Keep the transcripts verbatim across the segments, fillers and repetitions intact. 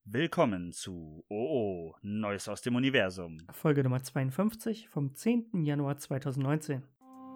Willkommen zu Oh Oh, Neues aus dem Universum. Folge Nummer zweiundfünfzig vom zehnten Januar zweitausendneunzehn.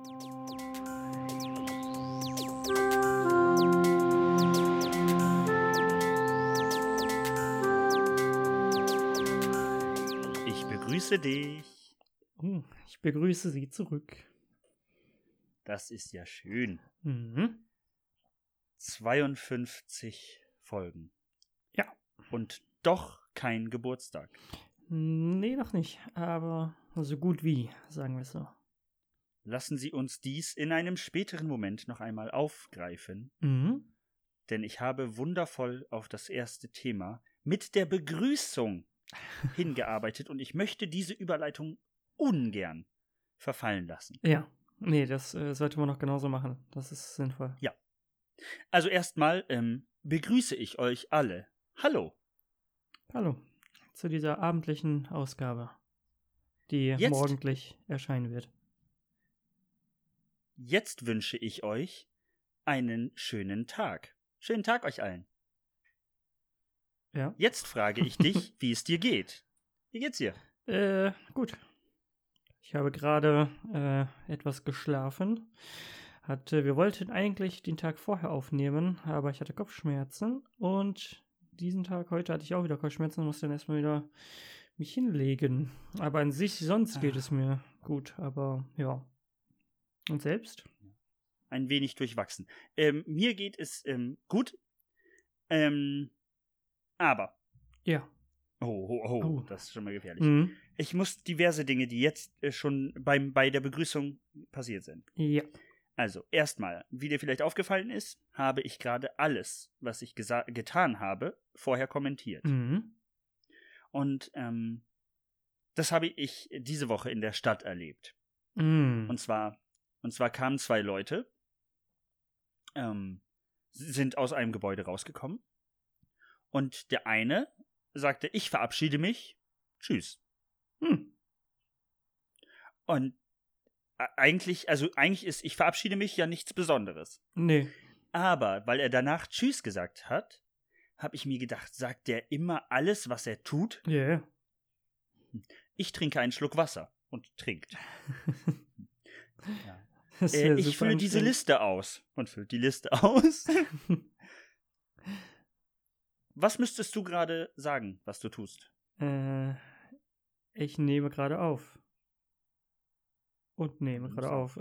Ich begrüße dich. Uh, ich begrüße Sie zurück. Das ist ja schön. Mhm. zweiundfünfzig Folgen. Ja. Und doch kein Geburtstag. Nee, noch nicht, aber so gut wie, sagen wir so. Lassen Sie uns dies in einem späteren Moment noch einmal aufgreifen, Mhm. denn ich habe wundervoll auf das erste Thema mit der Begrüßung hingearbeitet und ich möchte diese Überleitung ungern verfallen lassen. Ja, nee, das äh, sollte man noch genauso machen. Das ist sinnvoll. Ja. Also erstmal ähm, begrüße ich euch alle. Hallo. Hallo, zu dieser abendlichen Ausgabe, die Jetzt- morgendlich erscheinen wird. Jetzt wünsche ich euch einen schönen Tag. Schönen Tag euch allen. Ja. Jetzt frage ich dich, wie es dir geht. Wie geht's dir? Äh, gut. Ich habe gerade äh, etwas geschlafen. Hatte, wir wollten eigentlich den Tag vorher aufnehmen, aber ich hatte Kopfschmerzen und diesen Tag heute hatte ich auch wieder Kopfschmerzen und musste dann erstmal wieder mich hinlegen. Aber an sich, sonst geht Ah. es mir gut, aber ja. Und selbst? Ein wenig durchwachsen. Ähm, mir geht es ähm, gut. Ähm, aber. Ja. Oh, oh, oh, Oh. das ist schon mal gefährlich. Mhm. Ich muss diverse Dinge, die jetzt äh, schon beim, bei der Begrüßung passiert sind. Ja. Also, erstmal, wie dir vielleicht aufgefallen ist, habe ich gerade alles, was ich gesa- getan habe, vorher kommentiert. Mhm. Und ähm, das habe ich diese Woche in der Stadt erlebt. Mhm. Und zwar, und zwar kamen zwei Leute, ähm, sind aus einem Gebäude rausgekommen. Und der eine sagte, ich verabschiede mich, tschüss. Hm. Und äh, eigentlich, also eigentlich ist, ich verabschiede mich ja nichts Besonderes. Nee. Aber weil er danach tschüss gesagt hat, habe ich mir gedacht, sagt der immer alles, was er tut? Ja. Yeah. Ich trinke einen Schluck Wasser und trinkt. Ja. Das ist Äh, ja ich super fülle diese anstrengend. Liste aus und füllt die Liste aus. Was müsstest du gerade sagen, was du tust? Äh, ich nehme gerade auf. Und nehme gerade auf.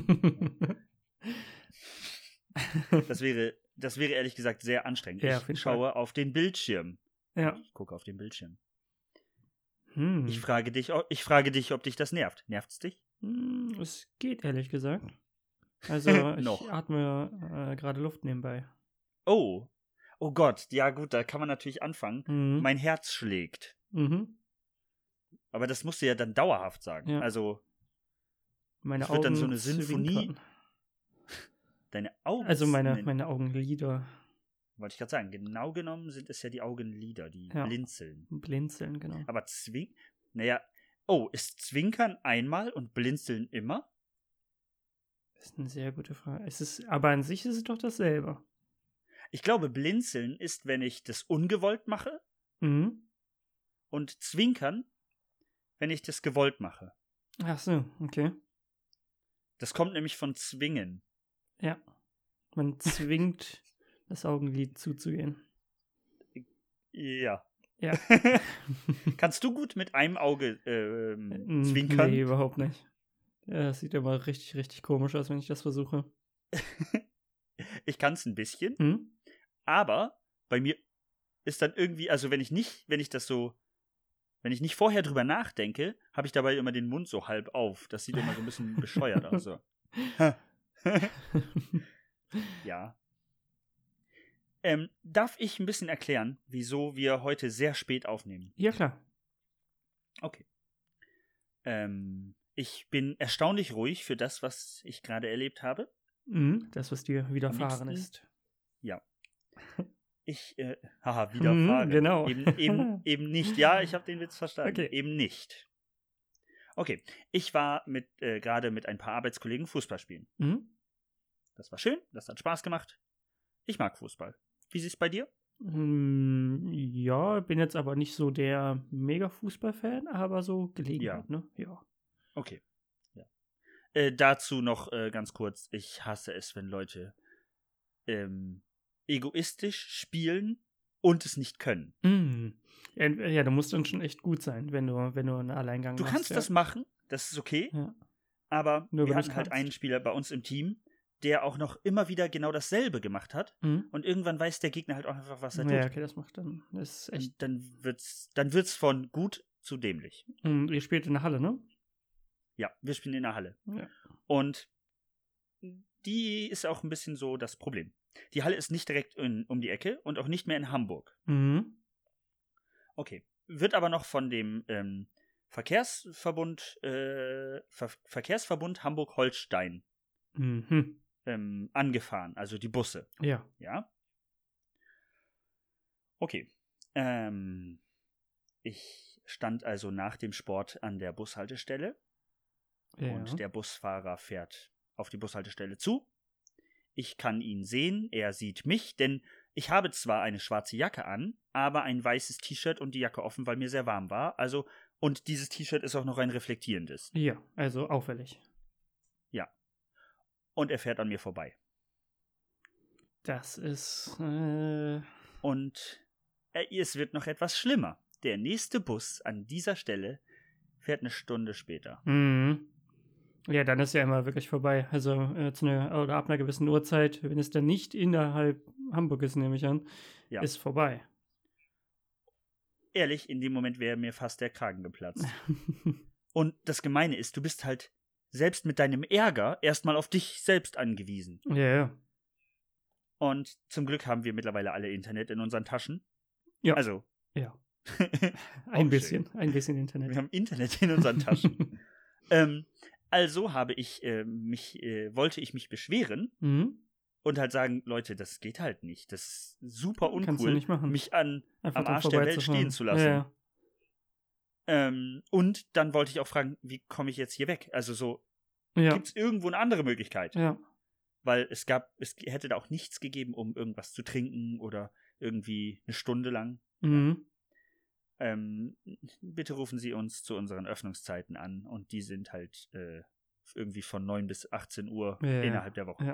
Das wäre, das wäre ehrlich gesagt sehr anstrengend. Ja, auf jeden ich schaue auf den Bildschirm. Ja. Ich gucke auf den Bildschirm. Hm. Ich frage dich, ob- ich frage dich, ob dich das nervt. Nervt's dich? Hm, es geht, ehrlich gesagt. Also, ich Noch. atme äh, gerade Luft nebenbei. Oh. Oh Gott, ja gut, da kann man natürlich anfangen. Mhm. Mein Herz schlägt. Mhm. Aber das musst du ja dann dauerhaft sagen. Ja. Also, Meine Es wird dann Augen so eine Sinfonie- zwinkern. deine Augen. Also meine, Nein, meine Augenlider wollte ich gerade sagen, genau genommen sind es ja die Augenlider, die Ja. blinzeln. blinzeln, genau. Aber zwink. Naja. Oh, ist Zwinkern einmal und Blinzeln immer? Das ist eine sehr gute Frage. Es ist, aber an sich ist es doch dasselbe. Ich glaube, Blinzeln ist, wenn ich das ungewollt mache, Mhm. und Zwinkern, wenn ich das gewollt mache. Ach so, okay. Das kommt nämlich von Zwingen. Ja. Man zwingt, das Augenlid zuzugehen. Ja. Ja. Kannst du gut mit einem Auge ähm, Mm, zwinkern? Nee, überhaupt nicht. Ja, das sieht immer richtig, richtig komisch aus, wenn ich das versuche. Ich kann es ein bisschen, Hm? aber bei mir ist dann irgendwie, also wenn ich nicht, wenn ich das so, wenn ich nicht vorher drüber nachdenke, habe ich dabei immer den Mund so halb auf. Das sieht immer so ein bisschen bescheuert aus. So. Ja. Ähm, darf ich ein bisschen erklären, wieso wir heute sehr spät aufnehmen? Ja, klar. Okay. Ähm, ich bin erstaunlich ruhig für das, was ich gerade erlebt habe. Mhm. Das, was dir widerfahren liebsten- ist. Ja. Ich, äh, haha, widerfahren. Mhm, genau. Eben, eben, eben nicht. Ja, ich habe den Witz verstanden. Okay. Eben nicht. Okay. Ich war mit äh, gerade mit ein paar Arbeitskollegen Fußball spielen. Mhm. Das war schön, das hat Spaß gemacht. Ich mag Fußball. Wie ist es bei dir? Hm, ja, bin jetzt aber nicht so der Mega-Fußball-Fan, aber so Gelegenheit, Ja. ne? Ja. Okay. Ja. Äh, dazu noch äh, ganz kurz, ich hasse es, wenn Leute ähm, egoistisch spielen und es nicht können. Mm. Ja, ja, du musst dann schon echt gut sein, wenn du, wenn du einen Alleingang Du machst. kannst ja. das machen, das ist okay, Ja. aber Nur wir wenn du's hatten halt kannst. einen Spieler bei uns im Team, der auch noch immer wieder genau dasselbe gemacht hat Mhm. und irgendwann weiß der Gegner halt auch einfach, was er Ja, tut. okay, das macht dann. Das ist echt. Und dann wird's, dann wird's von gut zu dämlich. Und ihr spielt in der Halle, ne? Ja, wir spielen in der Halle. Ja. Und die ist auch ein bisschen so das Problem. Die Halle ist nicht direkt in, um die Ecke und auch nicht mehr in Hamburg. Mhm. Okay. Wird aber noch von dem ähm, Verkehrsverbund, äh, Ver Verkehrsverbund Hamburg-Holstein Mhm. ähm, angefahren, also die Busse. Ja. Ja. Okay. Ähm, ich stand also nach dem Sport an der Bushaltestelle Ja. und der Busfahrer fährt auf die Bushaltestelle zu. Ich kann ihn sehen, er sieht mich, denn ich habe zwar eine schwarze Jacke an, aber ein weißes T-Shirt und die Jacke offen, weil mir sehr warm war. Also, und dieses T-Shirt ist auch noch ein reflektierendes. Ja, also auffällig. Ja. Und er fährt an mir vorbei. Das ist. Äh, Und äh, es wird noch etwas schlimmer. Der nächste Bus an dieser Stelle fährt eine Stunde später. mhm. Ja, dann ist ja immer wirklich vorbei. Also äh, zu einer, oder ab einer gewissen Uhrzeit, wenn es dann nicht innerhalb Hamburg ist, nehme ich an, Ja. ist vorbei. Ehrlich, in dem Moment wäre mir fast der Kragen geplatzt. Und das Gemeine ist, du bist halt selbst mit deinem Ärger erstmal auf dich selbst angewiesen. Ja, ja. Und zum Glück haben wir mittlerweile alle Internet in unseren Taschen. Ja. Also, Ja. Auch Ein bisschen, ein bisschen Internet. wir haben Internet in unseren Taschen. ähm, also habe ich äh, mich, äh, wollte ich mich beschweren mhm. und halt sagen, Leute, das geht halt nicht. Das ist super Kannst du uncool, nicht machen. mich an, Einfach am dran Arsch der Welt vorbeizufahren. stehen zu lassen. Ja, ja. Ähm, und dann wollte ich auch fragen, wie komme ich jetzt hier weg? Also so, Ja. gibt es irgendwo eine andere Möglichkeit? Ja. Weil es gab, es hätte da auch nichts gegeben, um irgendwas zu trinken oder irgendwie eine Stunde lang. Mhm. Ähm, bitte rufen Sie uns zu unseren Öffnungszeiten an und die sind halt äh, irgendwie von neun bis achtzehn Uhr Ja, innerhalb der Woche. Ja.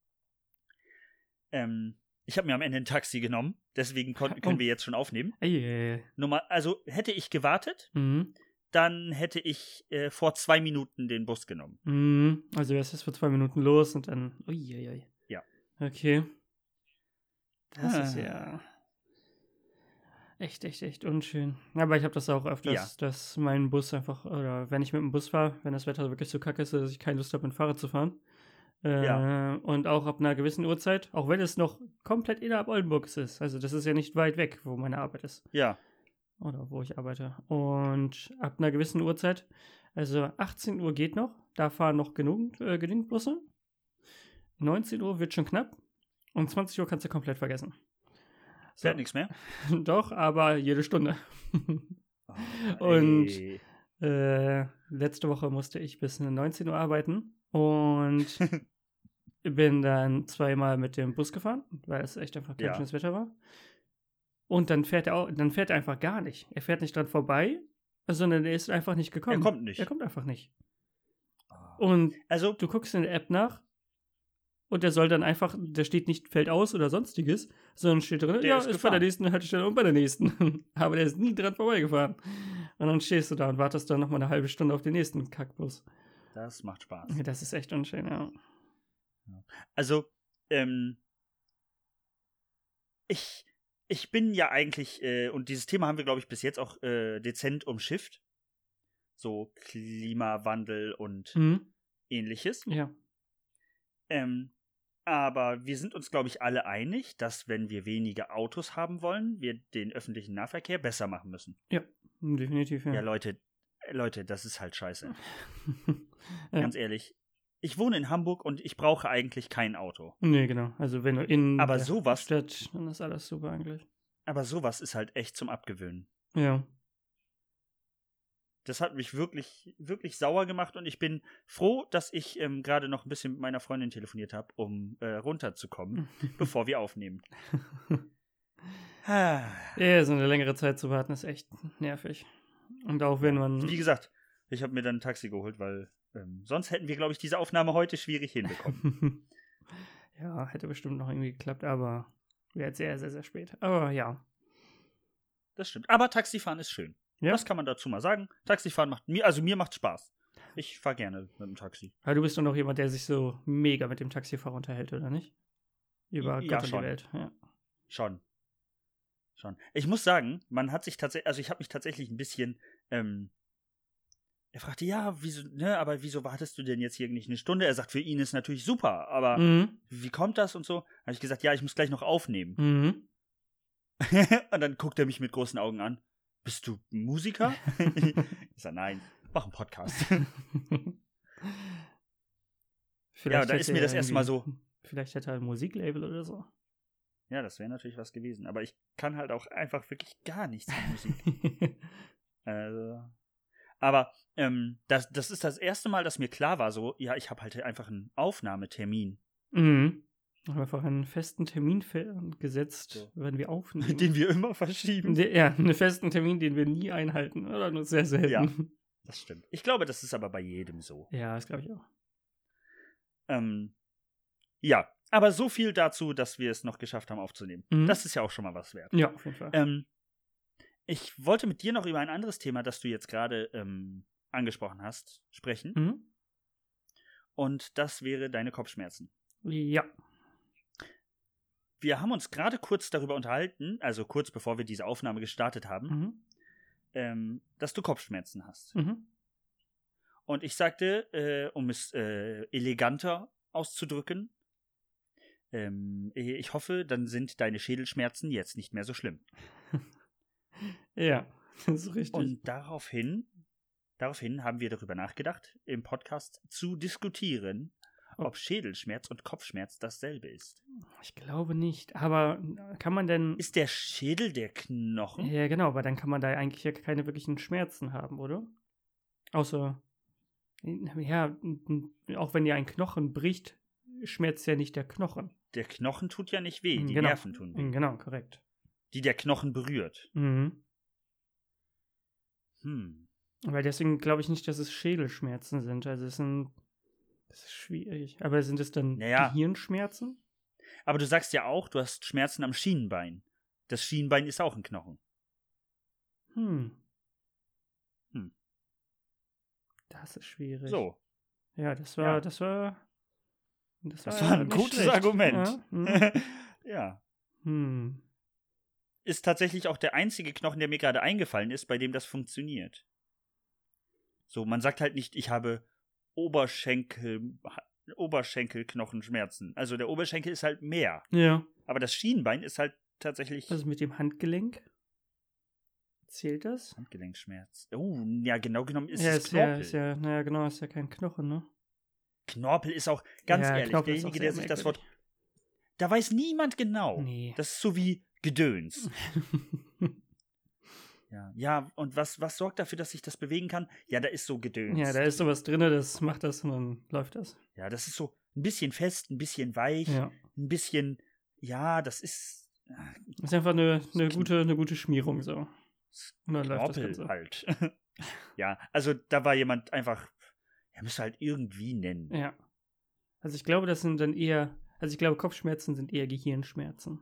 Ähm, ich habe mir am Ende ein Taxi genommen, deswegen kon- können Oh. wir jetzt schon aufnehmen. Ey, ey, ey. Nummer, also hätte ich gewartet, Mhm. dann hätte ich äh, vor zwei Minuten den Bus genommen. Mhm. Also erst ist für zwei Minuten los und dann. Uiuiui. Ja. Okay. Das Ah. ist ja echt, echt, echt unschön. Aber ich habe das auch öfters, Ja. dass mein Bus einfach, oder wenn ich mit dem Bus fahre, wenn das Wetter wirklich so kacke ist, dass ich keine Lust habe, mit dem Fahrrad zu fahren. Äh, Ja. Und auch ab einer gewissen Uhrzeit, auch wenn es noch komplett innerhalb Oldenburgs ist. Also das ist ja nicht weit weg, wo meine Arbeit ist. Ja, Oder wo ich arbeite. Und ab einer gewissen Uhrzeit, also achtzehn Uhr geht noch, da fahren noch genug, äh, genügend Busse. neunzehn Uhr wird schon knapp. Und zwanzig Uhr kannst du komplett vergessen. So. fährt nichts mehr. Doch, aber jede Stunde. Oh, Und- ey. äh, letzte Woche musste ich bis neunzehn Uhr arbeiten und bin dann zweimal mit dem Bus gefahren, weil es echt einfach kein Ja. schönes Wetter war. Und dann fährt er auch, dann fährt er einfach gar nicht. Er fährt nicht dran vorbei, sondern er ist einfach nicht gekommen. Er kommt nicht. Er kommt einfach nicht. Und Also, du guckst in der App nach und der soll dann einfach, der steht nicht fällt aus oder sonstiges, sondern steht drin, Der ja, ist ist, bei der gefahren. nächsten Haltestelle und bei der nächsten. Aber der ist nie dran vorbeigefahren. Und dann stehst du da und wartest dann nochmal eine halbe Stunde auf den nächsten Kackbus. das macht Spaß. Das ist echt unschön, ja. Also, ähm, ich, ich bin ja eigentlich, äh, und dieses Thema haben wir, glaube ich, bis jetzt auch äh, dezent umschifft. So Klimawandel und Mhm. ähnliches. Ja. Ähm, aber wir sind uns, glaube ich, alle einig, dass wenn wir weniger Autos haben wollen, wir den öffentlichen Nahverkehr besser machen müssen. Definitiv, ja. Ja, Leute, äh, Leute, das ist halt scheiße. Ja. Ganz ehrlich. Ich wohne in Hamburg und ich brauche eigentlich kein Auto. Nee, genau. Also wenn du in Aber der sowas- Stadt, dann ist alles super eigentlich. Aber sowas ist halt echt zum Abgewöhnen. Ja. Das hat mich wirklich, wirklich sauer gemacht und ich bin froh, dass ich ähm, gerade noch ein bisschen mit meiner Freundin telefoniert habe, um äh, runterzukommen, bevor wir aufnehmen. Ja, so eine längere Zeit zu warten ist echt nervig. Und auch wenn man... Wie gesagt, ich habe mir dann ein Taxi geholt, weil ähm, sonst hätten wir, glaube ich, diese Aufnahme heute schwierig hinbekommen. Ja, hätte bestimmt noch irgendwie geklappt, aber wäre jetzt sehr, sehr, sehr spät. Aber ja. Das stimmt. Aber Taxifahren ist schön. Ja? Das kann man dazu mal sagen. Taxifahren macht mir, also mir macht Spaß. Ich fahre gerne mit dem Taxi. Aber du bist doch noch jemand, der sich so mega mit dem Taxifahrer unterhält, oder nicht? Über Ja, Gott und schon. die Welt. Ja. Schon. Schon. Ich muss sagen, man hat sich tatsächlich, also ich habe mich tatsächlich ein bisschen, ähm, er fragte, ja, wieso, ne, aber wieso wartest du denn jetzt hier nicht eine Stunde? Er sagt, für ihn ist natürlich super, aber Mhm. wie kommt das und so? Habe ich gesagt, ja, ich muss gleich noch aufnehmen. Mhm. Und dann guckt er mich mit großen Augen an. Bist du Musiker? Ich sage, nein, mach einen Podcast. Ja, da ist mir das erstmal so. Vielleicht hätte er ein Musiklabel oder so. Ja, das wäre natürlich was gewesen. Aber ich kann halt auch einfach wirklich gar nichts mit Musik. Also. Aber ähm, das, das ist das erste Mal, dass mir klar war, so, ja, ich habe halt einfach einen Aufnahmetermin. Mhm. Haben einfach einen festen Termin gesetzt, So. wenn wir aufnehmen. Den wir immer verschieben. De- ja, einen festen Termin, den wir nie einhalten. Oder nur sehr selten. Ja. Das stimmt. Ich glaube, das ist aber bei jedem so. Ja, das glaube ich auch. Ähm, ja, aber so viel dazu, dass wir es noch geschafft haben aufzunehmen. Mhm. Das ist ja auch schon mal was wert. Ja, auf jeden Fall. Ähm, ich wollte mit dir noch über ein anderes Thema, das du jetzt gerade ähm, angesprochen hast, sprechen. Mhm. Und das wäre deine Kopfschmerzen. Ja. Wir haben uns gerade kurz darüber unterhalten, also kurz bevor wir diese Aufnahme gestartet haben, Mhm. ähm, dass du Kopfschmerzen hast. Mhm. Und ich sagte, äh, um es äh, eleganter auszudrücken, ähm, ich hoffe, dann sind deine Schädelschmerzen jetzt nicht mehr so schlimm. Ja, das ist richtig. Und daraufhin, daraufhin haben wir darüber nachgedacht, im Podcast zu diskutieren, ob Schädelschmerz und Kopfschmerz dasselbe ist. Ich glaube nicht, aber kann man denn... Ist der Schädel der Knochen? Ja, genau, aber dann kann man da eigentlich ja keine wirklichen Schmerzen haben, oder? Außer, ja, auch wenn dir ein Knochen bricht, schmerzt ja nicht der Knochen. Der Knochen tut ja nicht weh, die Genau. Nerven tun weh. Genau, korrekt. Die der Knochen berührt. Mhm. Hm. Weil deswegen glaube ich nicht, dass es Schädelschmerzen sind. Also es sind, das ist schwierig. Aber sind es dann Naja. Gehirnschmerzen? Aber du sagst ja auch, du hast Schmerzen am Schienenbein. Das Schienenbein ist auch ein Knochen. Hm. Hm. Das ist schwierig. So. Ja, das war, Ja. das war, das, Das war ein nicht gutes schlecht. Argument. Ja. Hm. Ja. Hm. Ist tatsächlich auch der einzige Knochen, der mir gerade eingefallen ist, bei dem das funktioniert. So, man sagt halt nicht, ich habe Oberschenkel, Oberschenkelknochenschmerzen. Also der Oberschenkel ist halt mehr. Ja. Aber das Schienbein ist halt tatsächlich Was ist mit dem Handgelenk? Zählt das? Handgelenkschmerz. Oh, ja, genau genommen ist ja, es ist ja, Knorpel. ist ja, naja, genau, ist ja kein Knochen, ne? Knorpel ist auch, ganz ja, ehrlich, Knorpel ist derjenige, auch der sehr sich das Wort. merkwürdig. Da weiß niemand genau. Nee. Das ist so wie Gedöns. Ja, ja, und was, was sorgt dafür, dass sich das bewegen kann? Ja, da ist so Gedöns. Ja, da ist sowas drin, das macht das und dann läuft das. Ja, das ist so ein bisschen fest, ein bisschen weich, Ja. ein bisschen, ja, das ist. Das ist einfach eine, eine, gute, eine gute Schmierung so. Und dann läuft das Knorpel Ganze. halt. Ja, also da war jemand einfach, er müsste halt irgendwie nennen. Ja. Also ich glaube, das sind dann eher, also ich glaube, Kopfschmerzen sind eher Gehirnschmerzen.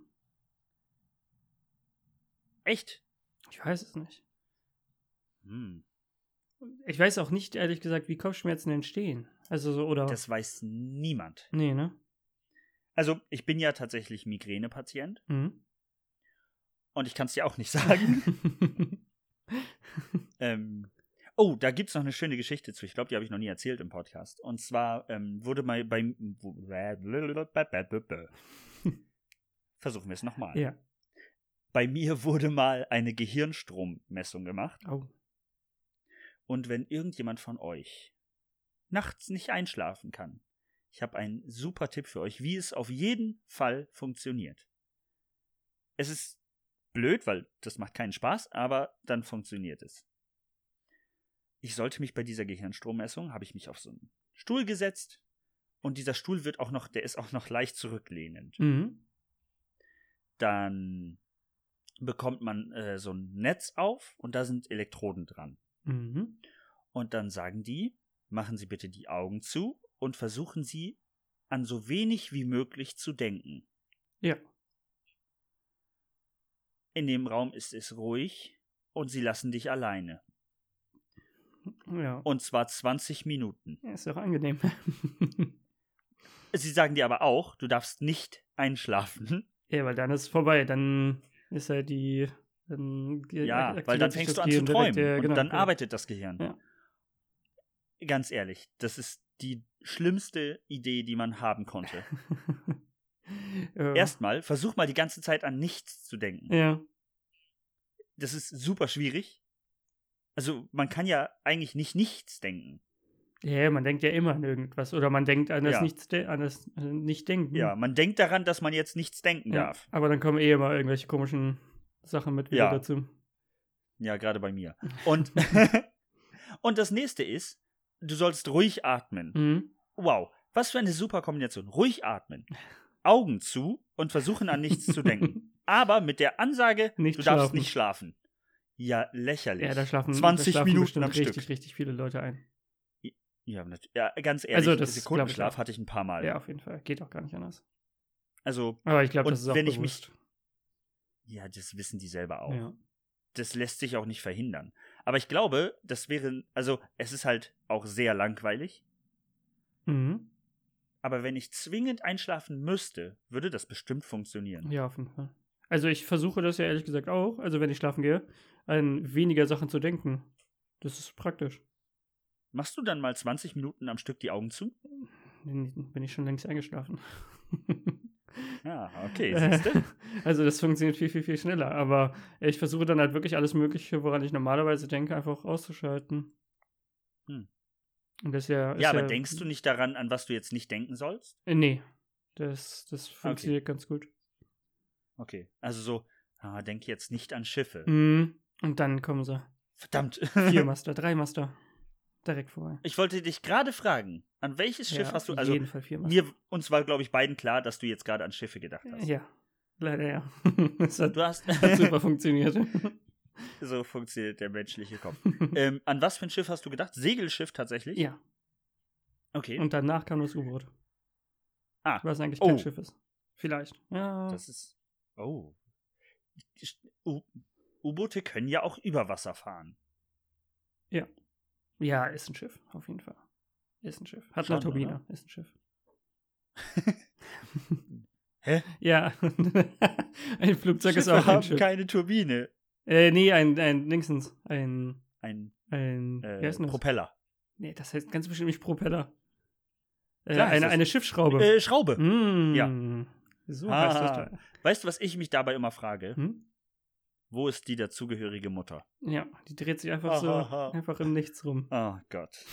Echt? Ich weiß es nicht. Hm. Ich weiß auch nicht, ehrlich gesagt, wie Kopfschmerzen entstehen. Also so, oder. Das weiß niemand. Nee, ne? Also, ich bin ja tatsächlich Migränepatient Mhm. und ich kann es dir auch nicht sagen. ähm, oh, da gibt es noch eine schöne Geschichte zu. Ich glaube, die habe ich noch nie erzählt im Podcast. Und zwar ähm, wurde mal beim. Versuchen wir es nochmal. Ja. Bei mir wurde mal eine Gehirnstrommessung gemacht. Oh. Und wenn irgendjemand von euch nachts nicht einschlafen kann, ich habe einen super Tipp für euch, wie es auf jeden Fall funktioniert. Es ist blöd, weil das macht keinen Spaß, aber dann funktioniert es. Ich sollte mich bei dieser Gehirnstrommessung, habe ich mich auf so einen Stuhl gesetzt und dieser Stuhl wird auch noch, der ist auch noch leicht zurücklehnend. Mhm. Dann bekommt man äh, so ein Netz auf und da sind Elektroden dran. Mhm. Und dann sagen die, machen Sie bitte die Augen zu und versuchen Sie an so wenig wie möglich zu denken. Ja. In dem Raum ist es ruhig und sie lassen dich alleine. Ja. Und zwar zwanzig Minuten. Ja, ist doch angenehm. Sie sagen dir aber auch, du darfst nicht einschlafen. Ja, weil dann ist es vorbei. Dann ist ja die. Dann Ja, aktiviert weil dann sich fängst das du an zu Gehirn direkt, träumen ja, und genau, dann genau. arbeitet das Gehirn. Ja. Ganz ehrlich, das ist die schlimmste Idee, die man haben konnte. Ja. Erstmal, versuch mal die ganze Zeit an nichts zu denken. Ja. Das ist super schwierig. Also, man kann ja eigentlich nicht nichts denken. Ja, man denkt ja immer an irgendwas. Oder man denkt an das, Ja. Nichts de- an das äh, Nicht-Denken. Ja, man denkt daran, dass man jetzt nichts denken Ja, darf. aber dann kommen eh immer irgendwelche komischen Sachen mit wieder Ja. dazu. Ja, gerade bei mir. Und, und das nächste ist, du sollst ruhig atmen. Mhm. Wow, was für eine super Kombination. Ruhig atmen, Augen zu und versuchen an nichts zu denken. Aber mit der Ansage, Nicht du darfst schlafen. nicht schlafen. Ja, lächerlich. Ja, da schlafen, zwanzig da schlafen Minuten bestimmt am richtig, Stück. richtig viele Leute ein. Ja, nat- ja, ganz ehrlich, Also, das Sekundenschlaf glaub ich auch. hatte ich ein paar Mal. Ja, auf jeden Fall. Geht auch gar nicht anders. Also, Aber ich glaube, Und das ist auch wenn ich mich- bewusst. ja, das wissen die selber auch. Ja. Das lässt sich auch nicht verhindern. Aber ich glaube, das wäre, also, es ist halt auch sehr langweilig. Mhm. Aber wenn ich zwingend einschlafen müsste, würde das bestimmt funktionieren. Ja, auf jeden Fall. Also ich versuche das ja ehrlich gesagt auch, also wenn ich schlafen gehe, an weniger Sachen zu denken. Das ist praktisch. Machst du dann mal zwanzig Minuten am Stück die Augen zu? Dann bin ich schon längst eingeschlafen. Ja, okay, siehst du? Also das funktioniert viel, viel, viel schneller. Aber ich versuche dann halt wirklich alles Mögliche, woran ich normalerweise denke, einfach auszuschalten. Hm. Und das ist ja, ist Ja, aber denkst du nicht daran, an was du jetzt nicht denken sollst? Äh, Nee, das, das funktioniert ganz gut. Okay, also so, ah, denk jetzt nicht an Schiffe. Mhm. Und dann kommen sie. Verdammt. Vier Master, drei Master. Direkt vorbei. Ich wollte dich gerade fragen, an welches Schiff Ja, hast du, auf also jeden Fall vier Master. mir, uns war, glaube ich, beiden klar, dass du jetzt gerade an Schiffe gedacht hast. Ja, leider ja. Es hat, Du hast, hat super funktioniert. so funktioniert der menschliche Kopf. ähm, an was für ein Schiff hast du gedacht? Segelschiff tatsächlich? Ja, Okay. und danach kam das U-Boot. ah, Was eigentlich Oh. kein Schiff ist. Vielleicht. Ja. das ist, oh. U- U-Boote können ja auch über Wasser fahren. Ja, ist ein Schiff, auf jeden Fall. Ist ein Schiff. Hat Schon, eine Turbine, oder? ist ein Schiff. Hä? Ja, ein Flugzeug ist Schiffe auch ein haben Schiff. keine Turbine. Äh, nee, ein, ein, Dingsens, ein, Ein ein, wie äh, heißt denn das? Propeller. Nee, das heißt ganz bestimmt nicht Propeller. Äh, Klar heißt eine, es. eine Schiffsschraube. Äh, Schraube. Mm, ja. So Ah. heißt das da. Weißt du, was ich mich dabei immer frage? Hm? Wo ist die dazugehörige Mutter? Ja, die dreht sich einfach so, Ahaha. einfach im Nichts rum. Oh Gott.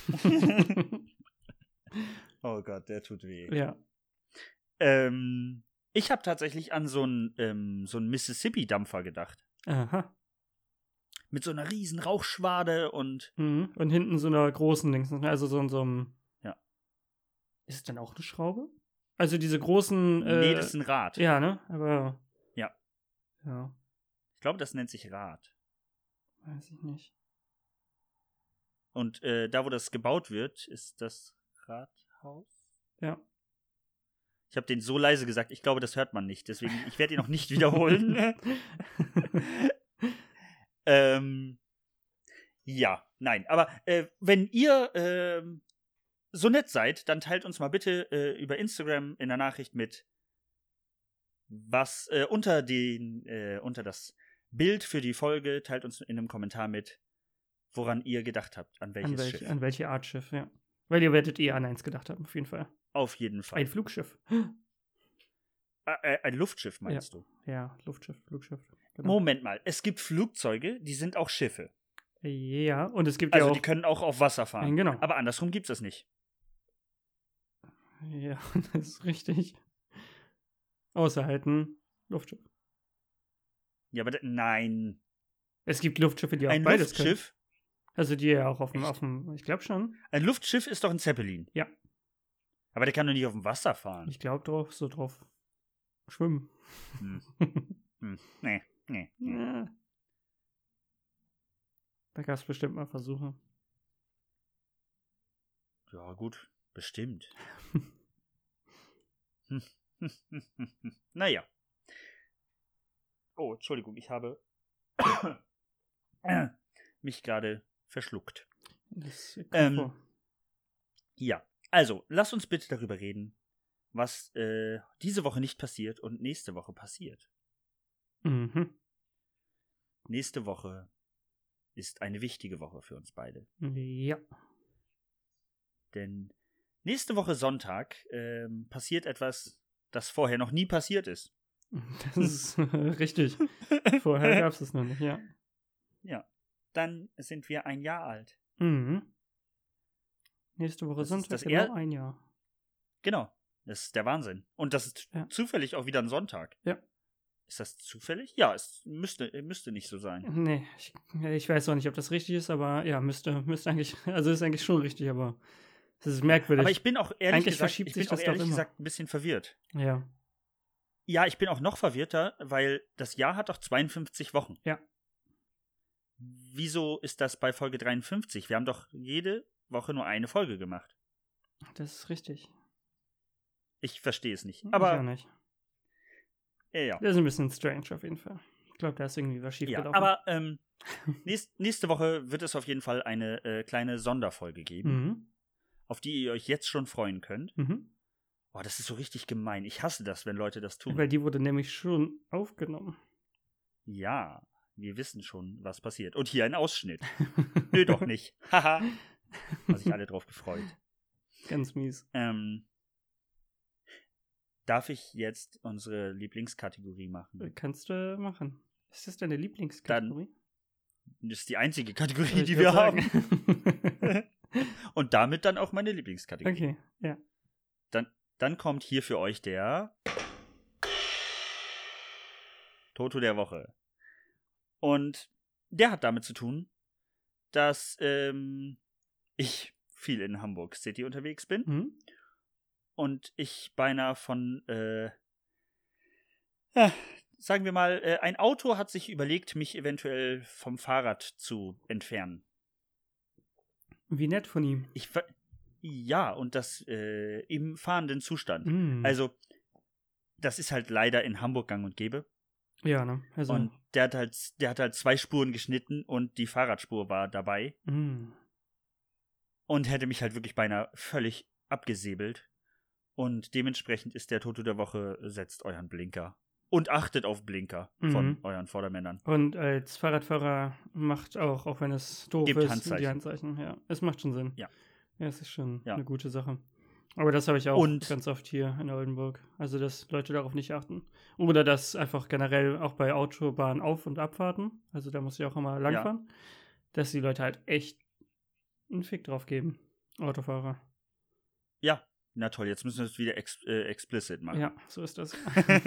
Oh Gott, der tut weh. Ja. Ähm, ich habe tatsächlich an so einen ähm, so einen Mississippi-Dampfer gedacht. Aha. Mit so einer riesen Rauchschwade und Mhm. Und hinten so einer großen Dings, ne? Also so in so einem. Ja. Ist es dann auch eine Schraube? Also diese großen. Äh, nee, das ist ein Rad. Ja, ne? Aber. Ja. Ja, Ich glaube, das nennt sich Rad. weiß ich nicht. Und äh, da, wo das gebaut wird, ist das Rathaus. Ja. Ich habe den so leise gesagt, ich glaube, das hört man nicht. Deswegen, ich werde ihn noch nicht wiederholen. ähm, ja, nein. Aber äh, wenn ihr ähm, so nett seid, dann teilt uns mal bitte äh, über Instagram in der Nachricht mit, was äh, unter den äh, unter das Bild für die Folge, teilt uns in einem Kommentar mit, woran ihr gedacht habt, an welches An, welch, Schiff. an welche Art Schiff, ja. Weil ihr werdet eher an eins gedacht haben, auf jeden Fall. Auf jeden Fall. Ein Flugschiff. Äh, äh, ein Luftschiff, meinst du? Ja, Luftschiff, Flugschiff. Genau. Moment mal, es gibt Flugzeuge, die sind auch Schiffe. Ja, und es gibt Also ja auch. die können auch auf Wasser fahren. Ja, genau. Aber andersrum gibt's das nicht. Ja, das ist richtig. Außer halt ein Luftschiff. Ja, aber da, nein. Es gibt Luftschiffe, die auch Ein beides können. Luftschiff? Also die ja auch auf dem, Echt? auf dem ich glaube schon. Ein Luftschiff ist doch ein Zeppelin. Ja. Aber der kann doch nicht auf dem Wasser fahren. Ich glaube drauf, so drauf schwimmen. Hm. Hm. Nee. Nee. Ja. Da gab es bestimmt mal Versuche. Ja, gut, bestimmt. Naja. Oh, Entschuldigung, ich habe mich gerade verschluckt. Das kommt Ähm, vor. Ja, also, lass uns bitte darüber reden, was äh, diese Woche nicht passiert und nächste Woche passiert. Mhm. Nächste Woche ist eine wichtige Woche für uns beide. Ja. Denn nächste Woche Sonntag ähm, passiert etwas, das vorher noch nie passiert ist. Das ist richtig. Vorher gab es es noch nicht, ja. Ja, dann sind wir ein Jahr alt. Mhm. Nächste Woche Das ist Sonntag, das genau er- ein Jahr. Genau, das ist der Wahnsinn. Und das ist Ja. zufällig auch wieder ein Sonntag. Ja. Ist das zufällig? Ja, es müsste, müsste nicht so sein. Nee, ich, ich weiß auch nicht, ob das richtig ist, aber ja, müsste, müsste eigentlich, also ist eigentlich schon richtig, aber es ist merkwürdig. Aber ich bin auch ehrlich Eigentlich gesagt, verschiebt ich sich bin auch das doch ehrlich immer. gesagt ein bisschen verwirrt. Ja. Ja, ich bin auch noch verwirrter, weil das Jahr hat doch zweiundfünfzig Wochen. Ja. Wieso ist das bei Folge dreiundfünfzig? Wir haben doch jede Woche nur eine Folge gemacht. Das ist richtig. Ich verstehe es nicht. ich Aber auch nicht. äh, ja. Das ist ein bisschen strange auf jeden Fall. Ich glaube, da ist irgendwie was ja. schiefgelaufen. Aber ähm, nächst, nächste Woche wird es auf jeden Fall eine äh, kleine Sonderfolge geben, Mhm. auf die ihr euch jetzt schon freuen könnt. Mhm. Boah, das ist so richtig gemein. Ich hasse das, wenn Leute das tun. Weil die wurde nämlich schon aufgenommen. Ja, wir wissen schon, was passiert. Und hier ein Ausschnitt. Nö, doch nicht. Haha. Haben sich alle drauf gefreut. Ganz mies. Ähm, darf ich jetzt unsere Lieblingskategorie machen? Kannst du machen. Ist das deine Lieblingskategorie? Das ist die einzige Kategorie, Ich die würd wir sagen. haben. Und damit dann auch meine Lieblingskategorie. Okay, ja. Dann, dann kommt hier für euch der Toto der Woche. Und der hat damit zu tun, dass ähm, ich viel in Hamburg City unterwegs bin. Mhm. Und ich beinahe von, äh, ja, sagen wir mal, äh, ein Auto hat sich überlegt, mich eventuell vom Fahrrad zu entfernen. Wie nett von ihm. Ich ver- ja, und das äh, im fahrenden Zustand. Mhm. Also, das ist halt leider in Hamburg gang und gäbe. Ja, ne? Also. Und der hat halt, der hat halt zwei Spuren geschnitten und die Fahrradspur war dabei. Mhm. Und hätte mich halt wirklich beinahe völlig abgesäbelt. Und dementsprechend ist der Toto der Woche, setzt euren Blinker. Und achtet auf Blinker von Mhm. euren Vordermännern. Und als Fahrradfahrer macht auch, auch wenn es doof Gebt ist, Handzeichen. die Handzeichen. Ja, es macht schon Sinn. Ja. Ja, es ist schon Ja. eine gute Sache. Aber das habe ich auch Und- ganz oft hier in Oldenburg. Also, dass Leute darauf nicht achten. Oder dass einfach generell auch bei Autobahnen Auf- und Abfahrten, also da muss ich auch immer langfahren, dass die Leute halt echt einen Fick drauf geben. Autofahrer. Ja, na toll, jetzt müssen wir es wieder ex äh, explicit machen. Ja, so ist das.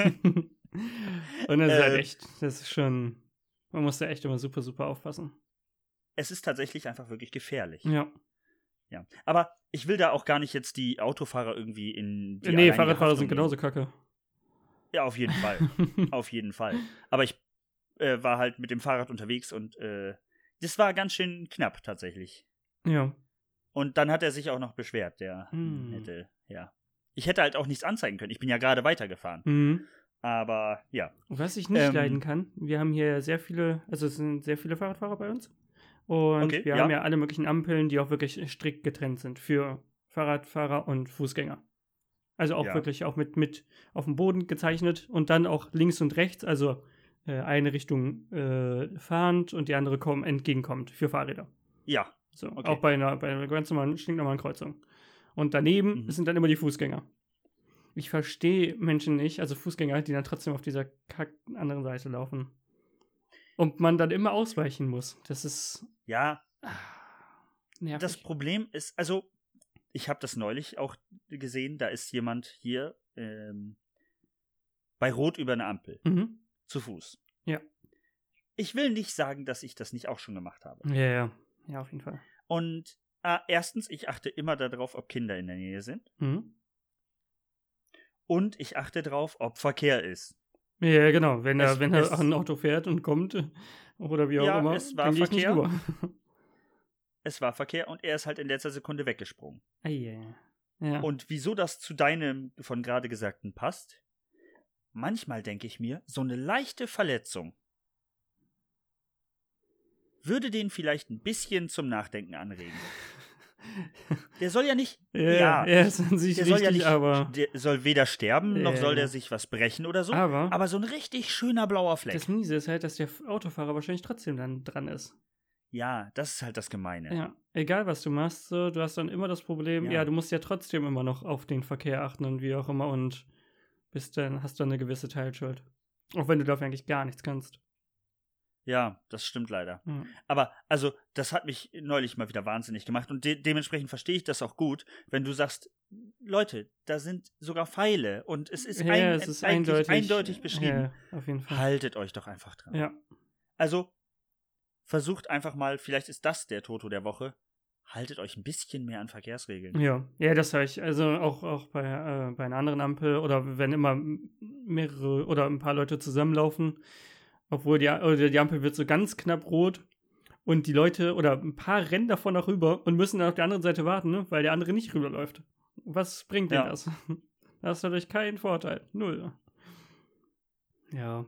Und das ist halt Äh, echt, das ist schon, man muss da echt immer super, super aufpassen. Es ist tatsächlich einfach wirklich gefährlich. Ja. Ja. Aber ich will da auch gar nicht jetzt die Autofahrer irgendwie in die nee, alleinige Fahrradfahrer Haftung sind genauso nehmen. kacke. Ja, auf jeden Fall. Auf jeden Fall. Aber ich äh, war halt mit dem Fahrrad unterwegs und äh, das war ganz schön knapp tatsächlich. Ja. Und dann hat er sich auch noch beschwert, der Hm. hätte, ja. Ich hätte halt auch nichts anzeigen können. Ich bin ja gerade weitergefahren. Mhm. Aber ja. Was ich nicht Ähm, leiden kann, wir haben hier sehr viele, also es sind sehr viele Fahrradfahrer bei uns. Und Okay, wir ja. haben ja alle möglichen Ampeln, die auch wirklich strikt getrennt sind für Fahrradfahrer und Fußgänger. Also auch Ja. wirklich auch mit, mit auf dem Boden gezeichnet und dann auch links und rechts, also äh, eine Richtung äh, fahrend und die andere komm, entgegenkommt für Fahrräder. Ja. So, Okay. auch bei einer, bei einer ganz normalen, stinknormalen Kreuzung. Und daneben Mhm. sind dann immer die Fußgänger. Ich verstehe Menschen nicht, also Fußgänger, die dann trotzdem auf dieser kack anderen Seite laufen. Und man dann immer ausweichen muss. Das ist Ja, ah, nervig. das Problem ist, also, ich habe das neulich auch gesehen, da ist jemand hier ähm, bei Rot über eine Ampel, mhm. zu Fuß. Ja. Ich will nicht sagen, dass ich das nicht auch schon gemacht habe. Ja, ja. Ja, auf jeden Fall. Und äh, erstens, ich achte immer darauf, ob Kinder in der Nähe sind. Mhm. Und ich achte darauf, ob Verkehr ist. Ja, genau. Wenn er, Es- wenn es- er ein Auto fährt und kommt äh, oder wie auch Ja, immer, es war dann gehe ich nicht Verkehr. rüber. Es war Verkehr und er ist halt in letzter Sekunde weggesprungen. Ah, yeah. Ja. Und wieso das zu deinem von gerade Gesagten passt? Manchmal denke ich mir, so eine leichte Verletzung würde den vielleicht ein bisschen zum Nachdenken anregen. Der soll ja nicht. ja, ja, er ist an sich der richtig, soll ja nicht. aber, Der soll weder sterben, noch Ja, soll der ja. sich was brechen oder so. aber Aber so ein richtig schöner blauer Fleck. das Miese ist halt, dass der Autofahrer wahrscheinlich trotzdem dann dran ist. Ja, das ist halt das Gemeine. Ja, egal was du machst, so, du hast dann immer das Problem, ja. Ja. du musst ja trotzdem immer noch auf den Verkehr achten und wie auch immer und bist dann, hast dann eine gewisse Teilschuld. Auch wenn du dafür eigentlich gar nichts kannst. Ja, das stimmt leider. Ja. Aber, also, das hat mich neulich mal wieder wahnsinnig gemacht und de dementsprechend verstehe ich das auch gut, wenn du sagst, Leute, da sind sogar Pfeile und es ist, Ja, ein, es ist eigentlich eindeutig, eindeutig beschrieben. Ja, auf jeden Fall. Haltet euch doch einfach dran. Ja, Also, versucht einfach mal, vielleicht ist das der Toto der Woche, haltet euch ein bisschen mehr an Verkehrsregeln. ja, ja, das habe ich, also auch, auch bei, äh, bei einer anderen Ampel oder wenn immer mehrere oder ein paar Leute zusammenlaufen, obwohl die, oder die Ampel wird so ganz knapp rot und die Leute oder ein paar rennen davon noch rüber und müssen dann auf der anderen Seite warten, ne, weil der andere nicht rüberläuft. Was bringt denn Ja. das? Das ist dadurch kein Vorteil. Null. Ja.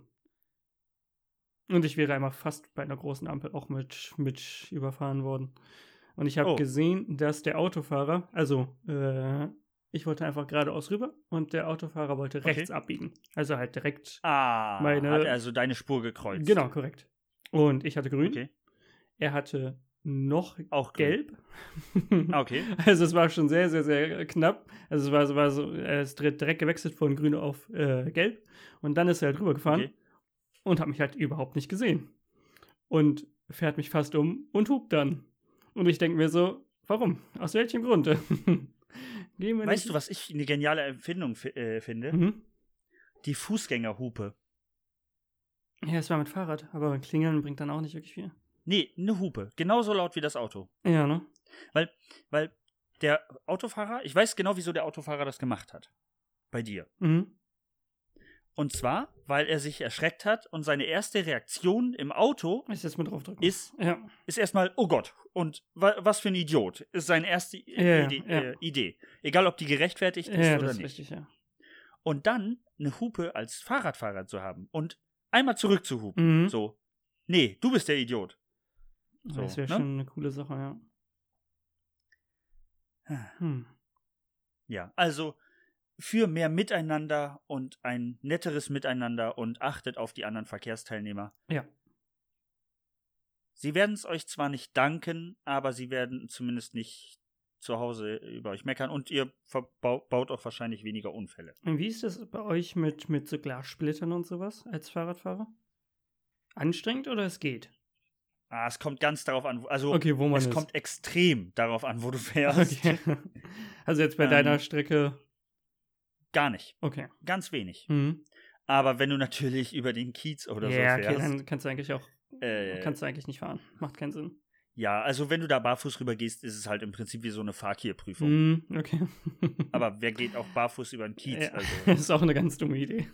Und ich wäre einmal fast bei einer großen Ampel auch mit, mit überfahren worden. Und ich habe Oh. gesehen, dass der Autofahrer, also äh, ich wollte einfach geradeaus rüber und der Autofahrer wollte Okay. rechts abbiegen. Also halt direkt. Ah, Meine- hat also deine Spur gekreuzt. Genau, korrekt. Und ich hatte grün. Okay, Er hatte noch auch grün. gelb. Ah, okay. Also es war schon sehr, sehr, sehr knapp. Also es war, so- war so, er ist direkt direkt gewechselt von grün auf äh, gelb. Und dann ist er halt rübergefahren Okay. und hat mich halt überhaupt nicht gesehen. Und fährt mich fast um und hupt dann. Und ich denke mir so, warum? Aus welchem Grund? Gehen wir Weißt nicht. du, was ich eine geniale Empfindung fi- äh, finde? Mhm. Die Fußgängerhupe. Ja, es war mit Fahrrad, aber Klingeln bringt dann auch nicht wirklich viel. Nee, eine Hupe. Genauso laut wie das Auto. Ja, ne? Weil der Autofahrer, ich weiß genau, wieso der Autofahrer das gemacht hat. Bei dir. Mhm. Und zwar, weil er sich erschreckt hat und seine erste Reaktion im Auto Ich jetzt mal draufdrücken. ist, Ja. ist erstmal, oh Gott, und wa was für ein Idiot. Ist seine erste Ja, ja, Idee, ja. Äh, Idee. Egal, ob die gerechtfertigt ist Ja, oder das ist nicht. richtig, ja. Und dann eine Hupe als Fahrradfahrer zu haben und einmal zurück zu hupen. Mhm. So, nee, du bist der Idiot. So, das wäre ne? schon eine coole Sache, ja. Hm. Ja, also für mehr Miteinander und ein netteres Miteinander und achtet auf die anderen Verkehrsteilnehmer. Ja. Sie werden es euch zwar nicht danken, aber sie werden zumindest nicht zu Hause über euch meckern und ihr verbau- baut auch wahrscheinlich weniger Unfälle. Und wie ist das bei euch mit, mit so Glassplittern und sowas als Fahrradfahrer? Anstrengend oder es geht? Ah, es kommt ganz darauf an, wo- also Okay, wo man es ist. kommt extrem darauf an, wo du fährst. Okay. Also jetzt bei Ähm, deiner Strecke. Gar nicht. Okay. Ganz wenig. Mhm. Aber wenn du natürlich über den Kiez oder Ja, so okay, fährst. dann kannst du eigentlich auch äh, kannst du eigentlich nicht fahren. Macht keinen Sinn. ja, also wenn du da barfuß rüber gehst, ist es halt im Prinzip wie so eine Fahrkierprüfung. Mhm, okay. Aber wer geht auch barfuß über den Kiez? Ja, Also. das ist auch eine ganz dumme Idee.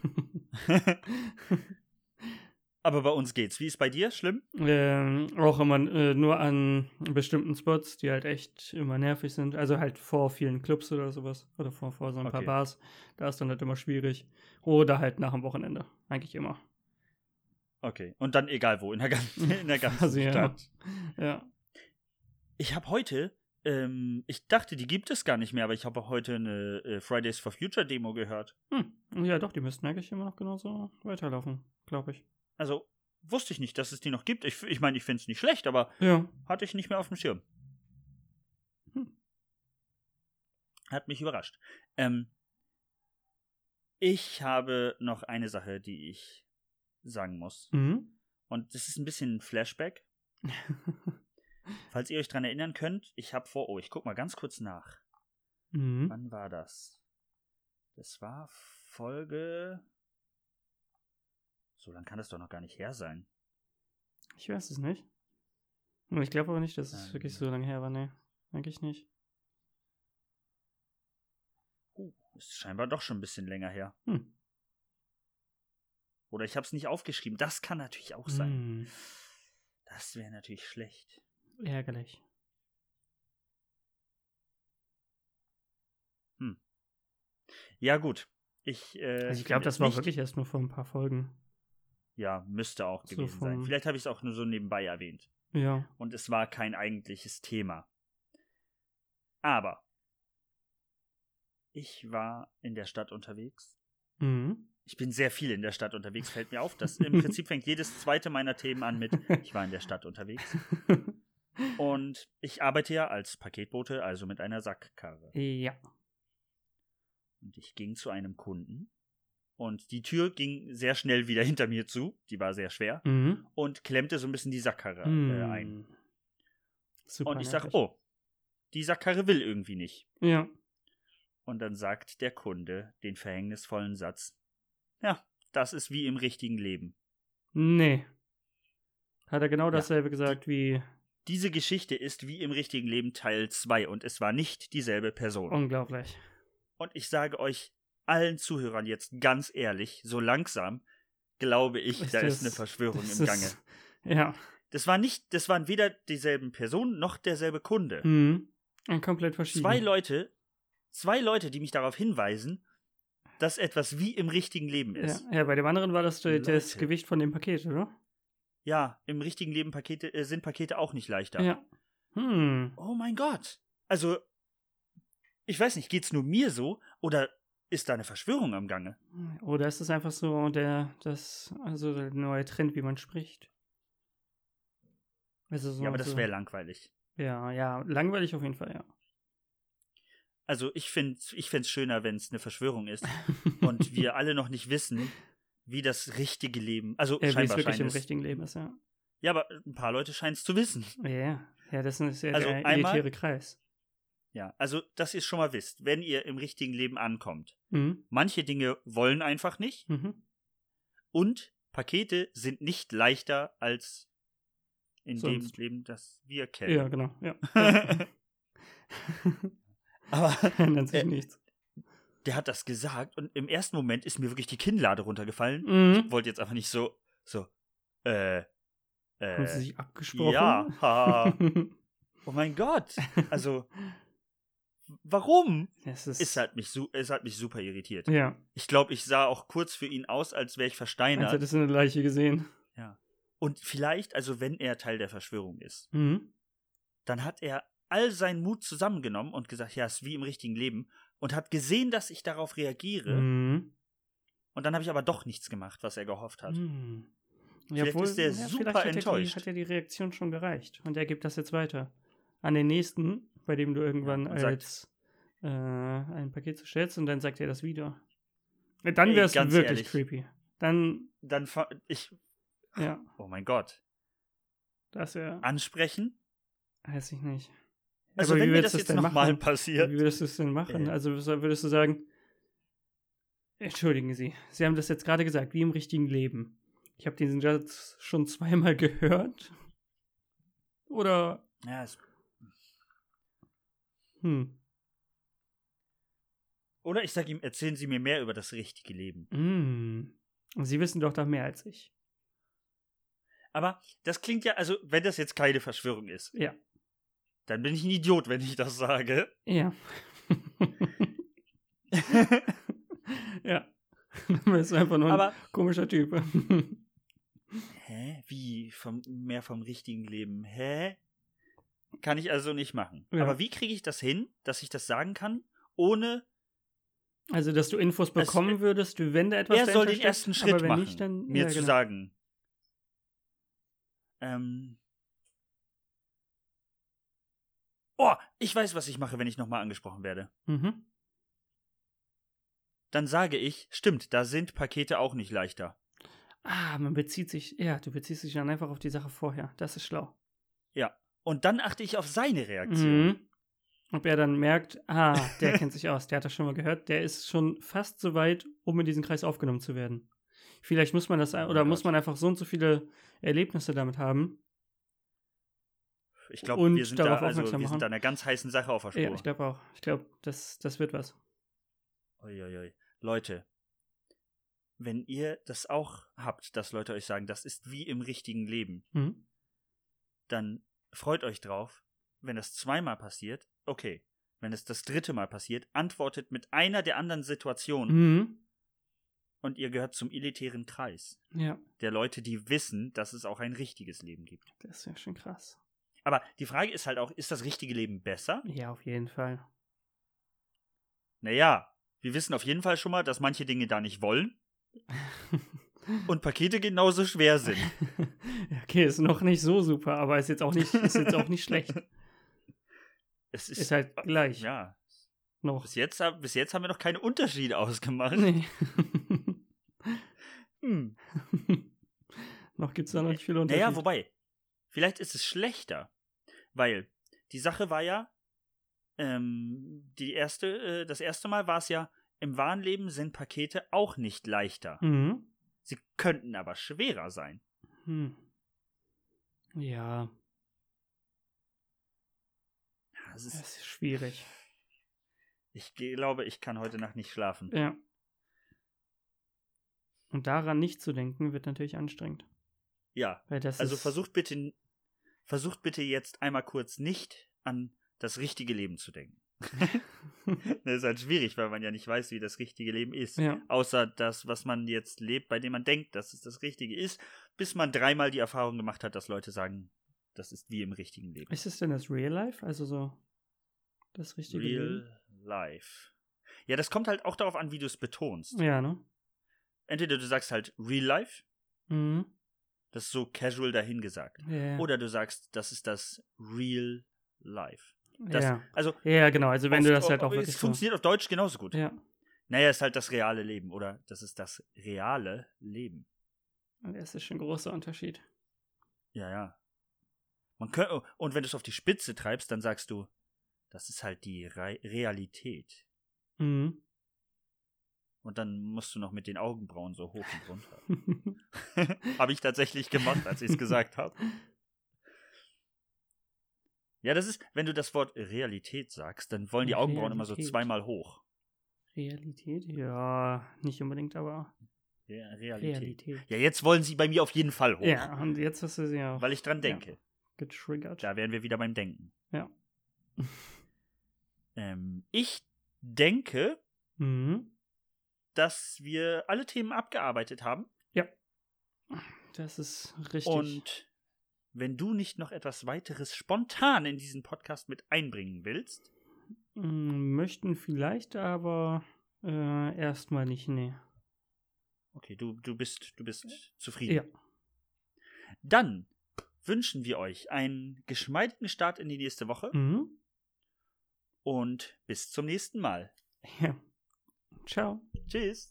Aber bei uns geht's. Wie ist bei dir? Schlimm? ähm, auch immer äh, nur an bestimmten Spots, die halt echt immer nervig sind. Also halt vor vielen Clubs oder sowas. Oder vor, vor so ein paar Okay. Bars. Da ist dann halt immer schwierig. Oder halt nach dem Wochenende. Eigentlich immer. Okay. Und dann egal wo, in der ganzen, in der ganzen Quasi, ja. Stadt. Ja. Ich habe heute, ähm, ich dachte, die gibt es gar nicht mehr, aber ich habe heute eine äh, Fridays for Future Demo gehört. Hm. Ja, doch, die müssten eigentlich immer noch genauso weiterlaufen, glaube ich. Also wusste ich nicht, dass es die noch gibt. Ich, ich meine, ich finde es nicht schlecht, aber Ja. hatte ich nicht mehr auf dem Schirm. Hm. Hat mich überrascht. Ähm, ich habe noch eine Sache, die ich sagen muss. Mhm. Und das ist ein bisschen ein Flashback. Falls ihr euch dran erinnern könnt, ich habe vor, oh, ich guck mal ganz kurz nach. mhm. Wann war das? Das war Folge. So lang kann das doch noch gar nicht her sein. Ich weiß es nicht. Ich glaube aber nicht, dass es Ähm. wirklich so lange her war. Nee, eigentlich nicht. Uh, ist scheinbar doch schon ein bisschen länger her. Hm. Oder ich habe es nicht aufgeschrieben. Das kann natürlich auch sein. Hm. Das wäre natürlich schlecht. Ärgerlich. Hm. Ja, gut. Ich, äh, Also ich glaube, finde das es war nicht. wirklich erst nur vor ein paar Folgen. Ja, müsste auch So gewesen sein. vom- Vielleicht habe ich es auch nur so nebenbei erwähnt. Ja. Und es war kein eigentliches Thema. Aber ich war in der Stadt unterwegs. Mhm. Ich bin sehr viel in der Stadt unterwegs, fällt mir auf. Das im Prinzip fängt jedes zweite meiner Themen an mit ich war in der Stadt unterwegs. Und ich arbeite ja als Paketbote, also mit einer Sackkarre. Ja. Und ich ging zu einem Kunden und die Tür ging sehr schnell wieder hinter mir zu, die war sehr schwer, Mhm. und klemmte so ein bisschen die Sackkarre äh, Mhm. ein. Super Und ich sag, nervig. oh, die Sackkarre will irgendwie nicht. Ja. Und dann sagt der Kunde den verhängnisvollen Satz, ja, das ist wie im richtigen Leben. Nee. Hat er genau Ja. dasselbe gesagt wie Diese Geschichte ist wie im richtigen Leben Teil zwei und es war nicht dieselbe Person. unglaublich. Und ich sage euch allen Zuhörern jetzt ganz ehrlich, so langsam glaube ich, Ist da das- ist eine Verschwörung das im ist- Gange. Ja. Das war nicht, das waren weder dieselben Personen noch derselbe Kunde. Mhm. Und komplett verschieden. Zwei Leute, zwei Leute, die mich darauf hinweisen, dass etwas wie im richtigen Leben Ja, ist. ja, bei dem anderen war das der- das Leute. Gewicht von dem Paket, oder? Ja, im richtigen Leben Pakete, äh, sind Pakete auch nicht leichter. Ja. Hm. Oh mein Gott. Also, ich weiß nicht, geht's nur mir so oder ist da eine Verschwörung am Gange? Oder ist es einfach so der, das, also der neue Trend, wie man spricht? Also so, Ja, aber das so. wäre langweilig. Ja, ja, langweilig auf jeden Fall, ja. Also, ich finde ich find's schöner, wenn es eine Verschwörung ist und wir alle noch nicht wissen, wie das richtige Leben, also Ja, wie es scheinbar wirklich scheint im es. richtigen Leben ist, ja. Ja, aber ein paar Leute scheinen es zu wissen. Ja, ja, das ist ja Also der einmal- elitäre Kreis. Ja, also, dass ihr es schon mal wisst, wenn ihr im richtigen Leben ankommt. Mhm. Manche Dinge wollen einfach nicht Mhm. und Pakete sind nicht leichter als in Sonst. dem Leben, das wir kennen. Ja, genau, ja. ja. Aber Ändert sich Äh, nichts. der hat das gesagt und im ersten Moment ist mir wirklich die Kinnlade runtergefallen. Mhm. Ich wollte jetzt einfach nicht so, so, äh, Haben sie äh, sich abgesprochen? ja, haha. Oh mein Gott. Also, warum? es ist, Es hat mich, su es hat mich super irritiert. ja, Ich glaube, ich sah auch kurz für ihn aus, als wäre ich als versteinert. hättest du eine Leiche gesehen. Ja. Und vielleicht, also wenn er Teil der Verschwörung ist, Mhm. dann hat er all seinen Mut zusammengenommen und gesagt, ja, es ist wie im richtigen Leben und hat gesehen, dass ich darauf reagiere. Mhm. Und dann habe ich aber doch nichts gemacht, was er gehofft hat. Mhm. Vielleicht ist der ja, super vielleicht hat er enttäuscht. Die, hat ja die Reaktion schon gereicht. Und er gibt das jetzt weiter. An den nächsten, bei dem du irgendwann Ja, und sagt- als äh, ein Paket zustellst und dann sagt er das wieder. Dann Ey, wäre es ganz wirklich ehrlich. creepy. Dann, Dann, fa- ich, ja, oh mein Gott, das wäre, ansprechen? weiß ich nicht. Also Aber wie wenn mir würdest das du es jetzt denn nochmal machen? passiert. Wie würdest du es denn machen? Äh. Also so- würdest du sagen, entschuldigen Sie, Sie haben das jetzt gerade gesagt, wie im richtigen Leben. Ich habe diesen Satz schon zweimal gehört. Oder, Ja, es, hm, oder ich sage ihm, erzählen Sie mir mehr über das richtige Leben. hm. Sie wissen doch da mehr als ich. Aber das klingt ja, also wenn das jetzt keine Verschwörung ist, Ja. dann bin ich ein Idiot, wenn ich das sage. Ja. ja. Du bist einfach nur ein Aber, komischer Typ. hä? Wie? Vom, mehr vom richtigen Leben? Hä? Kann ich also nicht machen. Ja. Aber wie kriege ich das hin, dass ich das sagen kann, ohne, Also, dass du Infos Es- bekommen würdest, wenn da etwas er soll dahinter den steckt, ersten Schritt aber wenn machen, nicht, dann, mir ja, zu genau. sagen, ähm, oh, ich weiß, was ich mache, wenn ich nochmal angesprochen werde. Mhm. Dann sage ich, stimmt, da sind Pakete auch nicht leichter. Ah, man bezieht sich, ja, du beziehst dich dann einfach auf die Sache vorher. Das ist schlau. Ja. Und dann achte ich auf seine Reaktion. Mhm. Ob er dann merkt, ah, der kennt sich aus, der hat das schon mal gehört, der ist schon fast so weit, um in diesen Kreis aufgenommen zu werden. Vielleicht muss man das, Oh oder mein muss Gott. man einfach so und so viele Erlebnisse damit haben. Ich glaube, Und wir sind da, darauf also, aufmerksam wir machen. sind da einer ganz heißen Sache auf der Spur. Ja, ich glaube auch. Ich glaube, das, das wird was. Uiuiui. Leute, wenn ihr das auch habt, dass Leute euch sagen, das ist wie im richtigen Leben, Mhm. dann freut euch drauf, wenn das zweimal passiert, okay. Wenn es das dritte Mal passiert, antwortet mit einer der anderen Situationen Mhm. und ihr gehört zum elitären Kreis Ja, der Leute, die wissen, dass es auch ein richtiges Leben gibt. das ist ja schon krass. Aber die Frage ist halt auch, ist das richtige Leben besser? Ja, auf jeden Fall. Naja, wir wissen auf jeden Fall schon mal, dass manche Dinge da nicht wollen und Pakete genauso schwer sind. Ja, okay, ist noch nicht so super, aber ist jetzt auch nicht, ist jetzt auch nicht schlecht. Es ist, Ist halt gleich. Ja, Noch. bis jetzt, bis jetzt haben wir noch keine Unterschiede ausgemacht. Nee. Hm. Noch gibt es da noch nicht viele Unterschiede. Naja, wobei, vielleicht ist es schlechter, weil die Sache war ja, ähm, die erste, äh, das erste Mal war es ja, im wahren Leben sind Pakete auch nicht leichter. Mhm. Sie könnten aber schwerer sein. Hm. Ja, Das das ist, ist schwierig. ich glaube, ich kann heute Nacht nicht schlafen. Ja. Und daran nicht zu denken, wird natürlich anstrengend. Ja, Weil das also ist, versucht bitte, versucht bitte jetzt einmal kurz nicht an das richtige Leben zu denken. Das ist halt schwierig, weil man ja nicht weiß, wie das richtige Leben ist. Ja. Außer das, was man jetzt lebt, bei dem man denkt, dass es das Richtige ist, bis man dreimal die Erfahrung gemacht hat, dass Leute sagen, das ist wie im richtigen Leben. Ist es denn das Real Life? Also so das richtige Leben? Real life. Ja, das kommt halt auch darauf an, wie du es betonst. Ja, ne? Entweder du sagst halt Real life, Mhm. das ist so casual dahingesagt. Ja. Oder du sagst, das ist das Real life. Das, ja. Also, ja, genau. Also wenn auf, du das halt auch es wirklich so... funktioniert auf Deutsch genauso gut. Ja. Naja, ist halt das reale Leben. Oder das ist das reale Leben. Und das ist schon ein großer Unterschied. Ja, ja. Man kann, und wenn du es auf die Spitze treibst, dann sagst du, das ist halt die Re Realität. Mhm. Und dann musst du noch mit den Augenbrauen so hoch und runter. Habe ich tatsächlich gemacht, als ich es gesagt habe. Ja, das ist, wenn du das Wort Realität sagst, dann wollen die Augenbrauen immer so Realität. zweimal hoch. Realität? Ja, nicht unbedingt, aber Ja, Realität. Realität. Ja, jetzt wollen sie bei mir auf jeden Fall hoch. Ja, und jetzt hast du sie auch Weil ich dran denke. getriggert. Da wären wir wieder beim Denken. Ja. Ähm, ich denke, Mhm. dass wir alle Themen abgearbeitet haben. Ja. Das ist richtig. Und wenn du nicht noch etwas weiteres spontan in diesen Podcast mit einbringen willst, Mm, möchten vielleicht, aber äh, erstmal nicht, nee. okay, du, du bist, du bist zufrieden. Ja. Dann wünschen wir euch einen geschmeidigen Start in die nächste Woche Mhm. und bis zum nächsten Mal. Ja. Ciao. Tschüss.